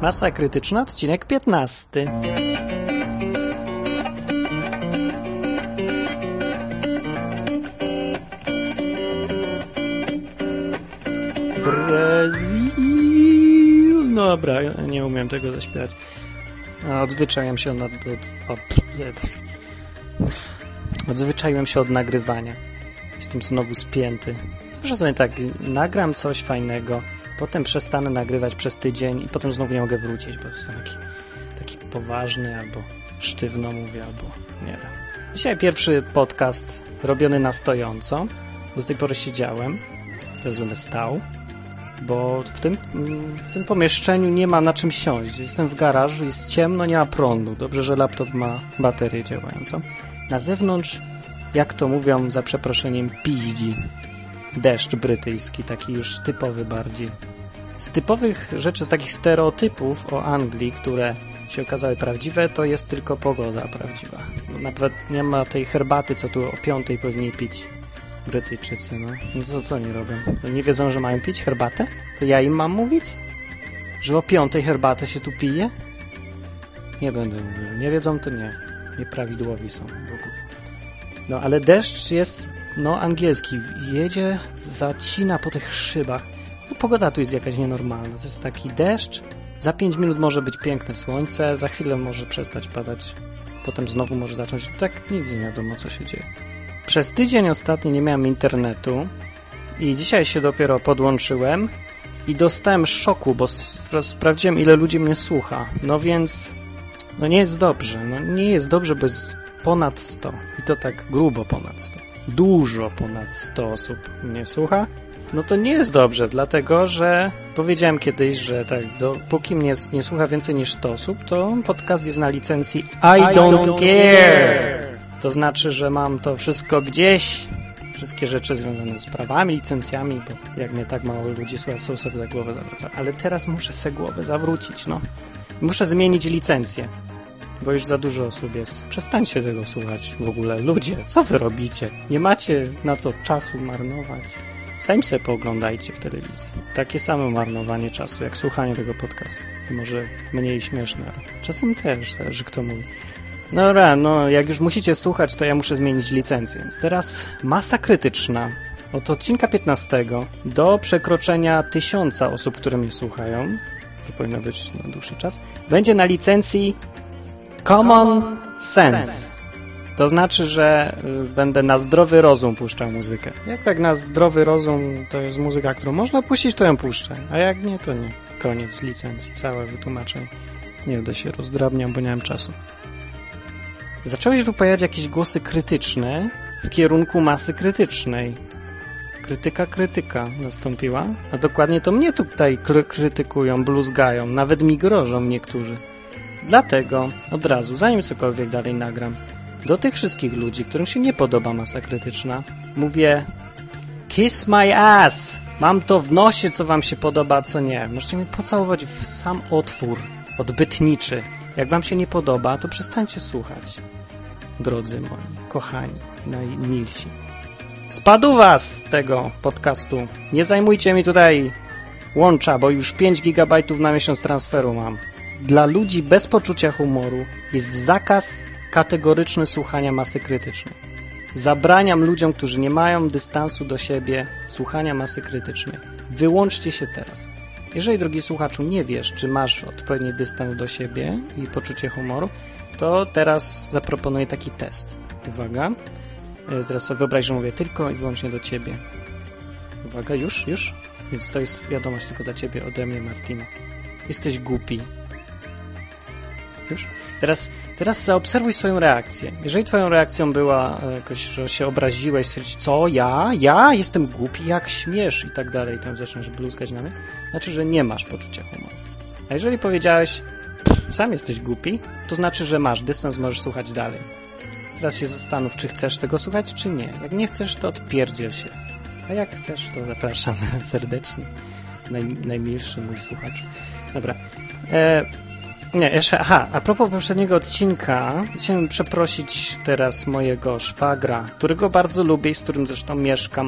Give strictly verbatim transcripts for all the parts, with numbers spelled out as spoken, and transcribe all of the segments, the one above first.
Masa krytyczna, odcinek piętnasty. Brazil. No dobra, nie umiem tego zaśpiewać. Odzwyczaiłem się od, od, od, odzwyczaiłem się od nagrywania. Jestem znowu spięty. Zawsze sobie tak nagram coś fajnego, potem przestanę nagrywać przez tydzień i potem znowu nie mogę wrócić, bo jestem taki, taki poważny, albo sztywno mówię, albo nie wiem. Dzisiaj pierwszy podcast robiony na stojąco. Do tej pory siedziałem, teraz będę stał, bo w tym, w tym pomieszczeniu nie ma na czym siąść. Jestem w garażu, jest ciemno, nie ma prądu. Dobrze, że laptop ma baterię działającą. Na zewnątrz, jak to mówią za przeproszeniem, piździ. Deszcz brytyjski, taki już typowy bardziej. Z typowych rzeczy, z takich stereotypów o Anglii, które się okazały prawdziwe, to jest tylko pogoda prawdziwa. Nawet nie ma tej herbaty, co tu o piątej powinni pić Brytyjczycy. No, no to co nie robią? No nie wiedzą, że mają pić herbatę? To ja im mam mówić? Że o piątej herbatę się tu pije? Nie będę mówił. Nie wiedzą, to nie. Nieprawidłowi są w ogóle. No ale deszcz jest, no angielski. Jedzie, zacina po tych szybach. No, pogoda tu jest jakaś nienormalna. To jest taki deszcz. Za pięć minut może być piękne słońce. Za chwilę może przestać padać. Potem znowu może zacząć. Tak nigdy nie wiadomo, co się dzieje. Przez tydzień ostatni nie miałem internetu i dzisiaj się dopiero podłączyłem i dostałem szoku, bo sprawdziłem, ile ludzi mnie słucha. No więc, no nie jest dobrze. No nie jest dobrze, bo jest ponad sto. I to tak grubo ponad sto. Dużo ponad sto osób mnie słucha. No to nie jest dobrze, dlatego że powiedziałem kiedyś, że tak, dopóki mnie nie słucha więcej niż sto osób, to podcast jest na licencji I, I don't, don't care. To znaczy, że mam to wszystko gdzieś, wszystkie rzeczy związane z prawami, licencjami, bo jak mnie tak mało ludzi słucha, to sobie tak głowę zawraca. Ale teraz muszę sobie głowę zawrócić, no. Muszę zmienić licencję, bo już za dużo osób jest. Przestańcie tego słuchać w ogóle. Ludzie, co wy robicie? Nie macie na co czasu marnować. Sami sobie pooglądajcie w telewizji. Takie samo marnowanie czasu, jak słuchanie tego podcastu. Może mniej śmieszne, ale czasem też, zależy kto mówi. Dobra, no jak już musicie słuchać, to ja muszę zmienić licencję. Więc teraz masa krytyczna od odcinka piętnastego do przekroczenia tysiąca osób, które mnie słuchają, że powinno być na dłuższy czas, będzie na licencji Common Sense. To znaczy, że będę na zdrowy rozum puszczał muzykę. Jak tak na zdrowy rozum to jest muzyka, którą można puścić, to ją puszczę. A jak nie, to nie. Koniec licencji, całe wytłumaczenie. Nie będę się rozdrabniał, bo nie mam czasu. Zaczęły się tu pojawiać jakieś głosy krytyczne w kierunku masy krytycznej. Krytyka, krytyka nastąpiła. A dokładnie to mnie tutaj kry- krytykują, bluzgają. Nawet mi grożą niektórzy. Dlatego od razu, zanim cokolwiek dalej nagram, do tych wszystkich ludzi, którym się nie podoba masa krytyczna, mówię kiss my ass! Mam to w nosie, co wam się podoba, a co nie. Możecie mnie pocałować w sam otwór odbytniczy. Jak wam się nie podoba, to przestańcie słuchać. Drodzy moi, kochani, najmilsi. Spadł was tego podcastu. Nie zajmujcie mi tutaj łącza, bo już pięć gigabajtów na miesiąc transferu mam. Dla ludzi bez poczucia humoru jest zakaz kategoryczny słuchania masy krytycznej. Zabraniam ludziom, którzy nie mają dystansu do siebie, słuchania masy krytycznej. Wyłączcie się teraz. Jeżeli, drogi słuchaczu, nie wiesz, czy masz odpowiedni dystans do siebie i poczucie humoru, to teraz zaproponuję taki test. Uwaga. Teraz sobie wyobraź, że mówię tylko i wyłącznie do ciebie. Uwaga, już, już? Więc to jest wiadomość tylko dla ciebie ode mnie, Martina. Jesteś głupi. Już? Teraz, teraz zaobserwuj swoją reakcję. Jeżeli twoją reakcją była jakoś, że się obraziłeś, stwierdzić, co? Ja? Ja? Jestem głupi? Jak śmiesz? I tak dalej. I tam zaczynasz bluzgać na mnie. Znaczy, że nie masz poczucia humoru. A jeżeli powiedziałeś, sam jesteś głupi, to znaczy, że masz dystans, możesz słuchać dalej. Teraz się zastanów, czy chcesz tego słuchać, czy nie. Jak nie chcesz, to odpierdziel się. A jak chcesz, to zapraszam serdecznie. Naj, najmilszy mój słuchacz. Dobra. E, nie, jeszcze, aha, a propos poprzedniego odcinka, chciałem przeprosić teraz mojego szwagra, którego bardzo lubię i z którym zresztą mieszkam.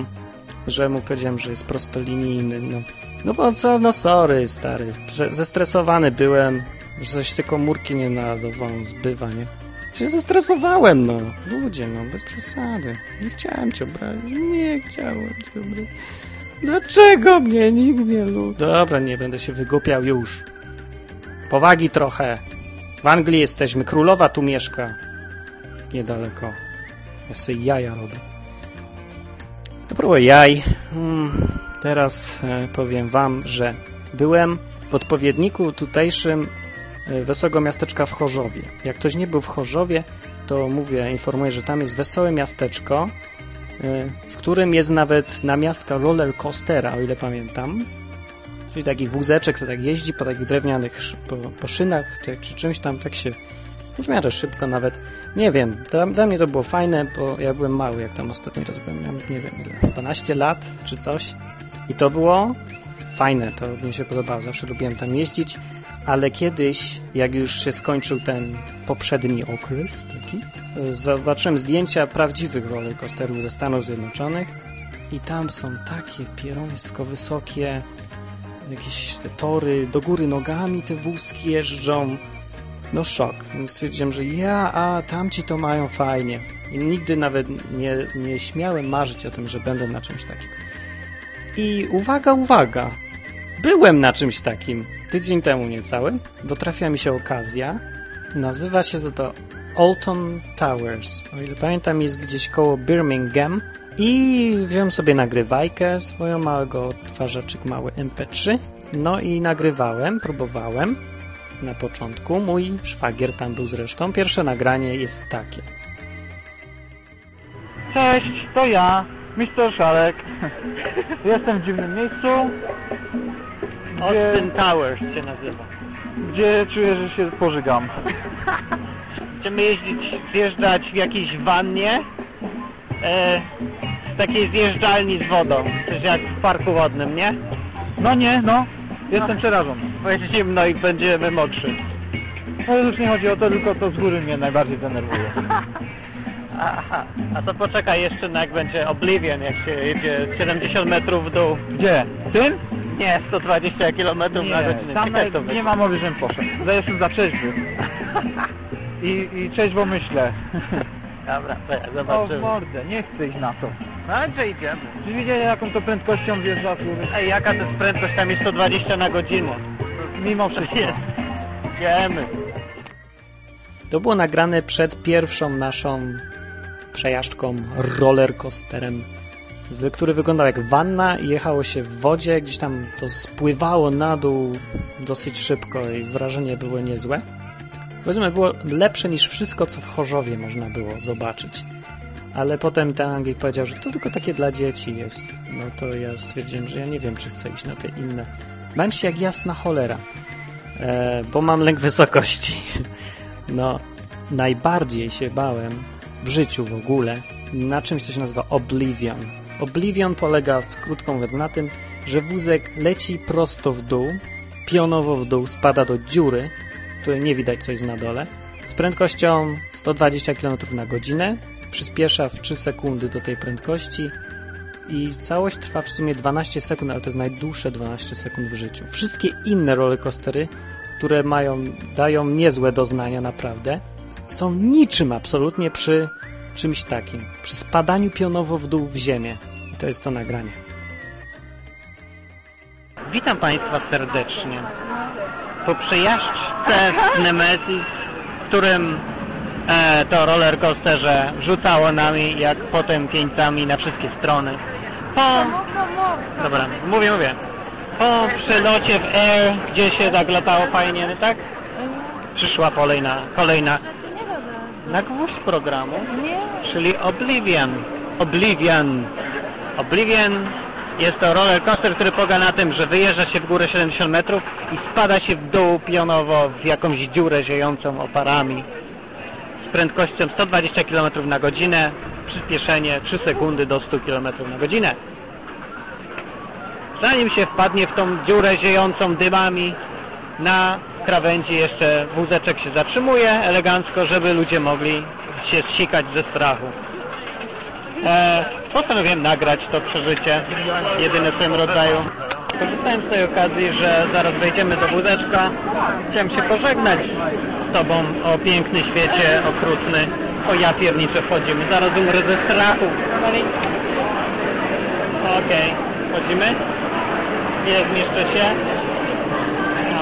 że mu powiedziałem, że jest prostolinijny, no. No bo co, no sorry, stary, zestresowany byłem, że coś te komórki nie naładowałem, zbywa, nie? Się zestresowałem, no. Ludzie, no, bez przesady. Nie chciałem cię obrazić, nie chciałem cię obrazić. Dlaczego mnie nikt nie lubi? Dobra, nie będę się wygłupiał już. Powagi trochę. W Anglii jesteśmy, królowa tu mieszka. Niedaleko. Ja sobie jaja robię. A propos jaj, hmm, teraz e, powiem wam, że byłem w odpowiedniku tutejszym e, wesołego miasteczka w Chorzowie. Jak ktoś nie był w Chorzowie, to mówię, informuję, że tam jest wesołe miasteczko, e, w którym jest nawet namiastka roller coastera, o ile pamiętam. Czyli taki wózeczek, co tak jeździ po takich drewnianych, po, po szynach, czy, czy czymś tam, tak się w miarę szybko nawet. Nie wiem, dla, dla mnie to było fajne, bo ja byłem mały, jak tam ostatni raz byłem, miałem, nie wiem ile, dwanaście lat czy coś. I to było fajne, to mi się podobało, zawsze lubiłem tam jeździć, ale kiedyś, jak już się skończył ten poprzedni okres taki, zobaczyłem zdjęcia prawdziwych rollercoasterów ze Stanów Zjednoczonych i tam są takie pierońsko wysokie, jakieś te tory, do góry nogami te wózki jeżdżą. No szok. Więc stwierdziłem, że ja, a tamci to mają fajnie. I nigdy nawet nie, nie śmiałem marzyć o tym, że będę na czymś takim. I uwaga, uwaga. Byłem na czymś takim. Tydzień temu niecały. Dotrafiła mi się okazja. Nazywa się to, to Alton Towers. O ile pamiętam, jest gdzieś koło Birmingham. I wziąłem sobie nagrywajkę swoją, małego odtwarzaczyk mały em pe trzy. No i nagrywałem, próbowałem. Na początku. Mój szwagier tam był zresztą. Pierwsze nagranie jest takie. Cześć, to ja, mister Szarek. Jestem w dziwnym miejscu. Austin Towers się nazywa. Gdzie czuję, że się pożygam. Chcemy jeździć, zjeżdżać w jakiejś wannie e, z takiej zjeżdżalni z wodą. Coś jak w parku wodnym, nie? No nie, no. Jestem no. przerażony. Bo jest zimno i będziemy mokrzy. No już nie chodzi o to, tylko to z góry mnie najbardziej denerwuje. Aha, a to poczekaj jeszcze na jak będzie Oblivion, jak się jedzie siedemdziesiąt metrów w dół. Gdzie? Tym? Nie, sto dwadzieścia kilometrów na godzinę. Tam nie, nie ma mowy, żebym poszedł. Ja jestem za trzeźwy. I, i trzeźwo myślę. Dobra, to ja zobaczymy. O mordę, nie chcę iść na to. No, gdzie idziemy? Czy widzieli, jaką to prędkością wjeżdża z góry? Ej, jaka to jest prędkość? Tam jest sto dwadzieścia na godzinę. Mimo wszystko. Idziemy. To było nagrane przed pierwszą naszą przejażdżką rollercoasterem, który wyglądał jak wanna i jechało się w wodzie, gdzieś tam to spływało na dół dosyć szybko i wrażenie było niezłe. Powiedzmy, było lepsze niż wszystko, co w Chorzowie można było zobaczyć. Ale potem ten Anglik powiedział, że to tylko takie dla dzieci jest. No to ja stwierdziłem, że ja nie wiem, czy chcę iść na te inne. Bałem się jak jasna cholera, e, bo mam lęk wysokości. No, najbardziej się bałem w życiu w ogóle na czymś, co się nazywa Oblivion. Oblivion polega, krótko mówiąc, na tym, że wózek leci prosto w dół, pionowo w dół, spada do dziury, w której nie widać, co jest na dole, z prędkością sto dwadzieścia kilometrów na godzinę, przyspiesza w trzy sekundy do tej prędkości i całość trwa w sumie dwanaście sekund, ale to jest najdłuższe dwanaście sekund w życiu. Wszystkie inne rollercoastery, które mają, dają niezłe doznania naprawdę, są niczym absolutnie przy czymś takim. Przy spadaniu pionowo w dół w ziemię. I to jest to nagranie. Witam Państwa serdecznie. Po przejażdżce w Nemesis, w którym e, to rollercoasterze rzucało nami jak potępieńcami na wszystkie strony. Po... Dobra, mówię, mówię. Po przelocie w Air, gdzie się tak latało fajnie, tak? Przyszła kolejna, kolejna na gwóźdź programu, czyli Oblivion. Oblivion. Oblivion jest to roller coaster, który polega na tym, że wyjeżdża się w górę siedemdziesiąt metrów i spada się w dół pionowo w jakąś dziurę ziejącą oparami z prędkością sto dwadzieścia kilometrów na godzinę, przyspieszenie trzy sekundy do stu kilometrów na godzinę. Zanim się wpadnie w tą dziurę ziejącą dymami, na krawędzi jeszcze wózeczek się zatrzymuje elegancko, żeby ludzie mogli się zsikać ze strachu. E, postanowiłem nagrać to przeżycie, jedyne w swoim rodzaju. Korzystałem z tej okazji, że zaraz wejdziemy do wózeczka. Chciałem się pożegnać z Tobą o piękny świecie, okrutny. O ja piernicze, wchodzimy. Zaraz umrę ze strachu. Okej, okay. Wchodzimy. Nie zmieszczę się. No.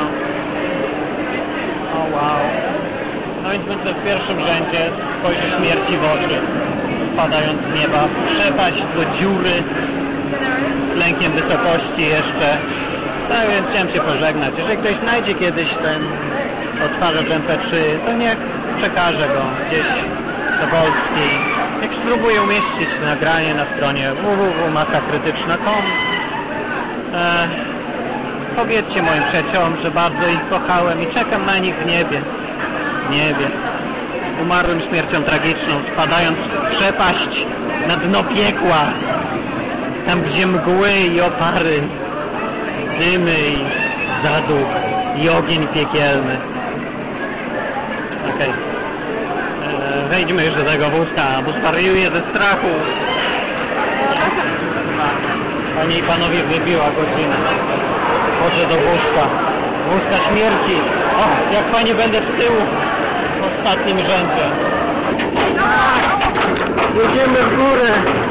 O wow. No więc myślę, w pierwszym rzędzie spojrzę śmierci w oczy, spadając z nieba, przepaść do dziury, z lękiem wysokości jeszcze. Tak więc chciałem się pożegnać. Jeżeli ktoś znajdzie kiedyś ten odtwarzacz em pe trzy, to niech przekaże go gdzieś do Polski. Niech spróbuję umieścić nagranie na stronie w w w kropka masa krytyczna kropka com. E, powiedzcie moim przyjaciołom, że bardzo ich kochałem i czekam na nich w niebie. W niebie. Umarłem śmiercią tragiczną, spadając w przepaść na dno piekła. Tam, gdzie mgły i opary, dymy i zaduch i ogień piekielny. Okej. Okay. Wejdźmy już do tego wózka, bo zwariuję ze strachu. Panie i panowie, wybiła godzina. Chodzę do wózka. Wózka śmierci. O, jak fajnie będę w tyłu w ostatnim rzędzie. Jedziemy w górę.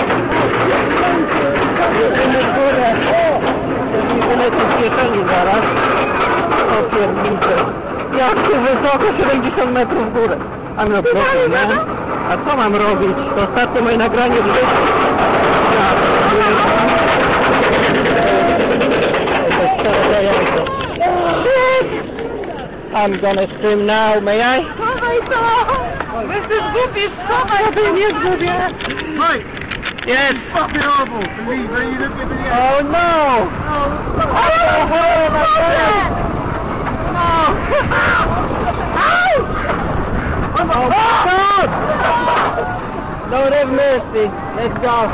Jedziemy w górę. Jedziemy w kieszeni zaraz. O piernicze. Jak tu wysoko, siedemdziesiąt metrów w górę. A no proszę, no. A co mam robić? To ostatnie moje nagranie w życiu. I'm gonna swim now, may I? Schowaj to! My się zgubisz, schowaj to! Nie zgubię! Mike! Yes! Stop it awful! Believe, are you looking at the end? Oh no! Oh, Oh, oh my God! no! Oh my God! Lord have mercy! Let's go!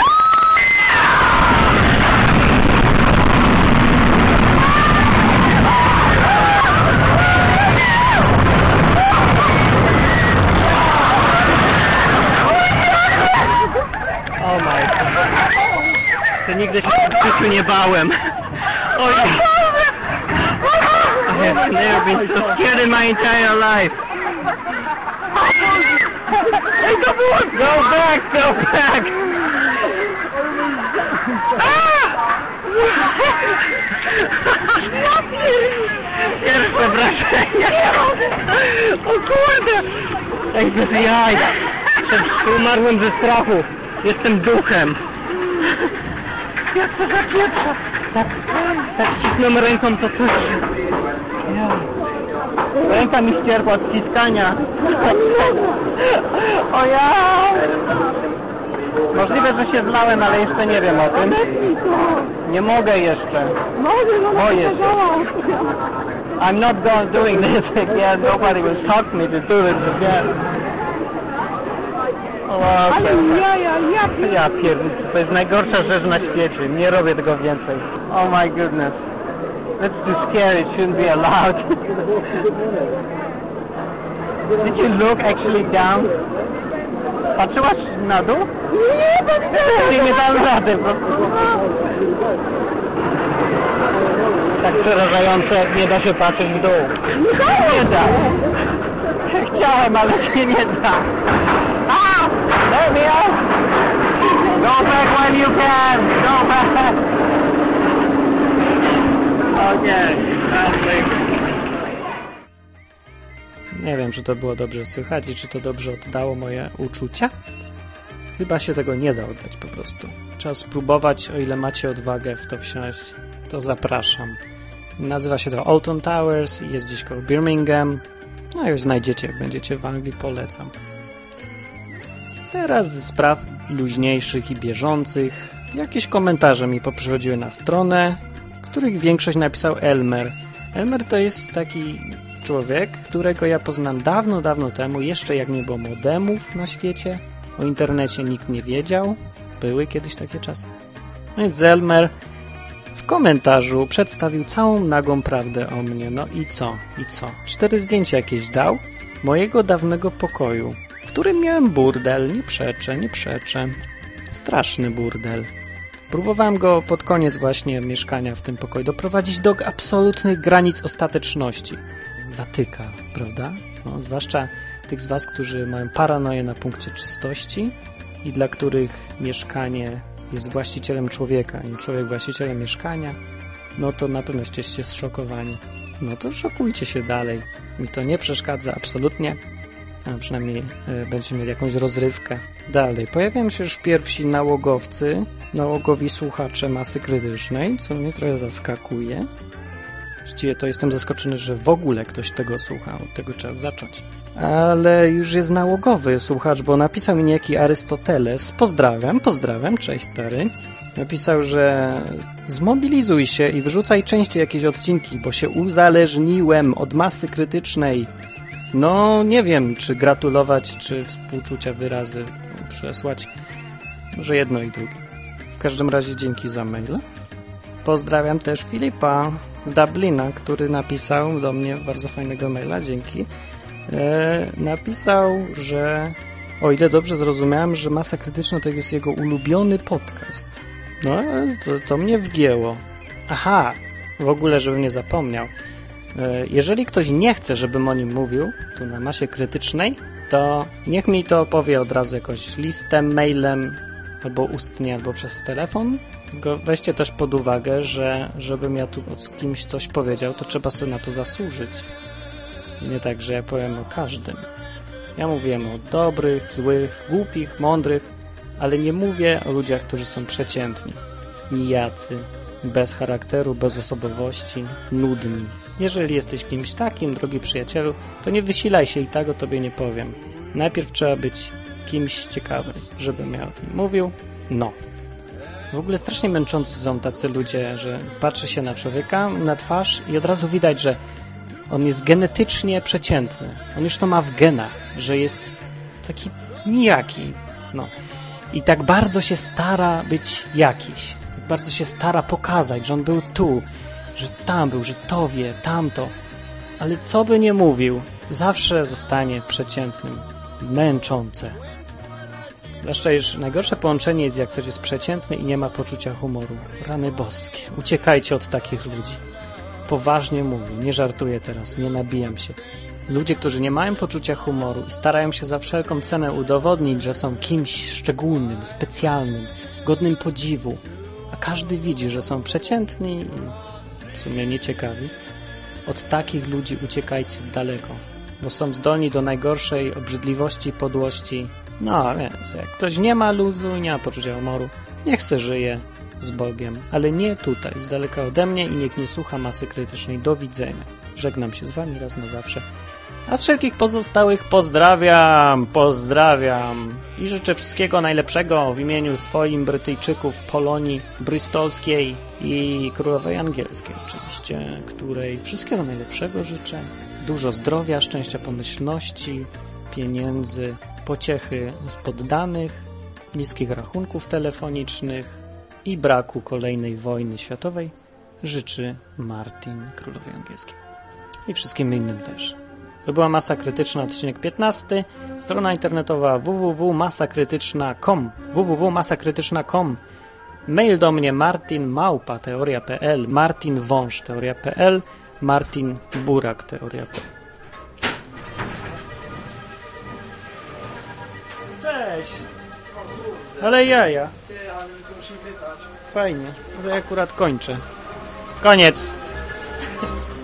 Oh my God. To nigdy się w życiu nie bałem. Oj. I have never been so scared in my entire life. Ej, to było... Go back, go back. Pierwsze wrażenia. O kurde. Ej, bez jaj. Umarłem ze strachu. Jestem duchem. Jak to zapieprza? Tak, tak ścisknąłem ręką, to coś... Ręka mi ścierpła od ściskania. O ja! Możliwe, że się zlałem, ale jeszcze nie wiem o tym. Nie mogę jeszcze. Boję się. I'm not going doing this again. Nobody will talk me to do this again. O, Ale jaja, jakie... ja pierdolę, to jest najgorsza rzecz na świecie. Nie robię tego więcej. Oh my goodness. That's too scary. It shouldn't be allowed. Did you look actually down? Patrzyłaś na dół? Nie, Nie, nie dam rady po prostu. Tak przerażające, nie da się patrzeć w dół. Nie da. Chciałem, ale się nie da. Ah! Let me out! Go back when you can! Go back! Okay, Nie wiem, czy to było dobrze słychać i czy to dobrze oddało moje uczucia. Chyba się tego nie da oddać po prostu. Trzeba spróbować, o ile macie odwagę w to wsiąść, to zapraszam. Nazywa się to Alton Towers i jest gdzieś koło Birmingham. No już znajdziecie, jak będziecie w Anglii, polecam. Teraz ze spraw luźniejszych i bieżących. Jakieś komentarze mi poprzychodziły na stronę, których większość napisał Elmer. Elmer to jest taki człowiek, którego ja poznam dawno, dawno temu, jeszcze jak nie było modemów na świecie. O internecie nikt nie wiedział. Były kiedyś takie czasy. Więc Elmer w komentarzu przedstawił całą nagą prawdę o mnie. No i co? I co? Cztery zdjęcia jakieś dał mojego dawnego pokoju, w którym miałem burdel. Nie przeczę, nie przeczę. Straszny burdel. Próbowałem go pod koniec właśnie mieszkania w tym pokoju doprowadzić do absolutnych granic ostateczności. Zatyka, prawda? No, zwłaszcza tych z was, którzy mają paranoję na punkcie czystości i dla których mieszkanie jest właścicielem człowieka, a nie człowiek właścicielem mieszkania, no to na pewno jesteście zszokowani. No to szokujcie się dalej. Mi to nie przeszkadza absolutnie. A przynajmniej y, będziecie mieli jakąś rozrywkę. Dalej, pojawiają się już pierwsi nałogowcy, nałogowi słuchacze masy krytycznej, co mnie trochę zaskakuje. Właściwie to jestem zaskoczony, że w ogóle ktoś tego słucha. Od tego trzeba zacząć. Ale już jest nałogowy słuchacz, bo napisał mi niejaki Arystoteles. Pozdrawiam, pozdrawiam, cześć stary. Napisał, że zmobilizuj się i wyrzucaj częściej jakieś odcinki, bo się uzależniłem od masy krytycznej. No, nie wiem, czy gratulować, czy współczucia wyrazy przesłać. Może jedno i drugie. W każdym razie dzięki za maila. Pozdrawiam też Filipa z Dublina, który napisał do mnie bardzo fajnego maila, dzięki. E, napisał, że o ile dobrze zrozumiałem, że Masa Krytyczna to jest jego ulubiony podcast. No, to, to mnie wgięło. Aha, w ogóle, żebym nie zapomniał. Jeżeli ktoś nie chce, żebym o nim mówił, tu na Masie Krytycznej, to niech mi to powie od razu jakoś listem, mailem, albo ustnie, albo przez telefon. Tylko weźcie też pod uwagę, że żebym ja tu z kimś coś powiedział, to trzeba sobie na to zasłużyć. Nie tak, że ja powiem o każdym. Ja mówiłem o dobrych, złych, głupich, mądrych, ale nie mówię o ludziach, którzy są przeciętni, nijacy, bez charakteru, bez osobowości, nudni. Jeżeli jesteś kimś takim, drogi przyjacielu, to nie wysilaj się i tak o tobie nie powiem. Najpierw trzeba być kimś ciekawym, żebym ja o tym mówił. No. W ogóle strasznie męczący są tacy ludzie, że patrzy się na człowieka, na twarz i od razu widać, że on jest genetycznie przeciętny. On już to ma w genach, że jest taki nijaki. No. I tak bardzo się stara być jakiś. Bardzo się stara pokazać, że on był tu, że tam był, że to wie, tamto. Ale co by nie mówił, zawsze zostanie przeciętnym. Męczące. Zwłaszcza już najgorsze połączenie jest, jak ktoś jest przeciętny i nie ma poczucia humoru. Rany boskie. Uciekajcie od takich ludzi. Poważnie mówię, nie żartuję teraz, nie nabijam się. Ludzie, którzy nie mają poczucia humoru i starają się za wszelką cenę udowodnić, że są kimś szczególnym, specjalnym, godnym podziwu, a każdy widzi, że są przeciętni i w sumie nieciekawi. Od takich ludzi uciekajcie daleko, bo są zdolni do najgorszej obrzydliwości i podłości. No więc, jak ktoś nie ma luzu i nie ma poczucia humoru, niech se żyje z Bogiem, ale nie tutaj, z daleka ode mnie i niech nie słucha Masy Krytycznej. Do widzenia. Żegnam się z wami raz na zawsze. A wszystkich pozostałych pozdrawiam, pozdrawiam i życzę wszystkiego najlepszego w imieniu swoim Brytyjczyków, Polonii bristolskiej i królowej angielskiej oczywiście, której wszystkiego najlepszego życzę. Dużo zdrowia, szczęścia, pomyślności, pieniędzy, pociechy z poddanych, niskich rachunków telefonicznych i braku kolejnej wojny światowej życzy Martin królowej angielskiej i wszystkim innym też. To była Masa Krytyczna, odcinek piętnasty, strona internetowa w w w kropka masakrytyczna kropka com w w w kropka masakrytyczna kropka com, mail do mnie martin małpa teoria kropka p l, martin wąż teoria kropka p l, martin burak teoria kropka p l. Cześć! Ale jaja. Fajnie, to ja akurat kończę. Koniec!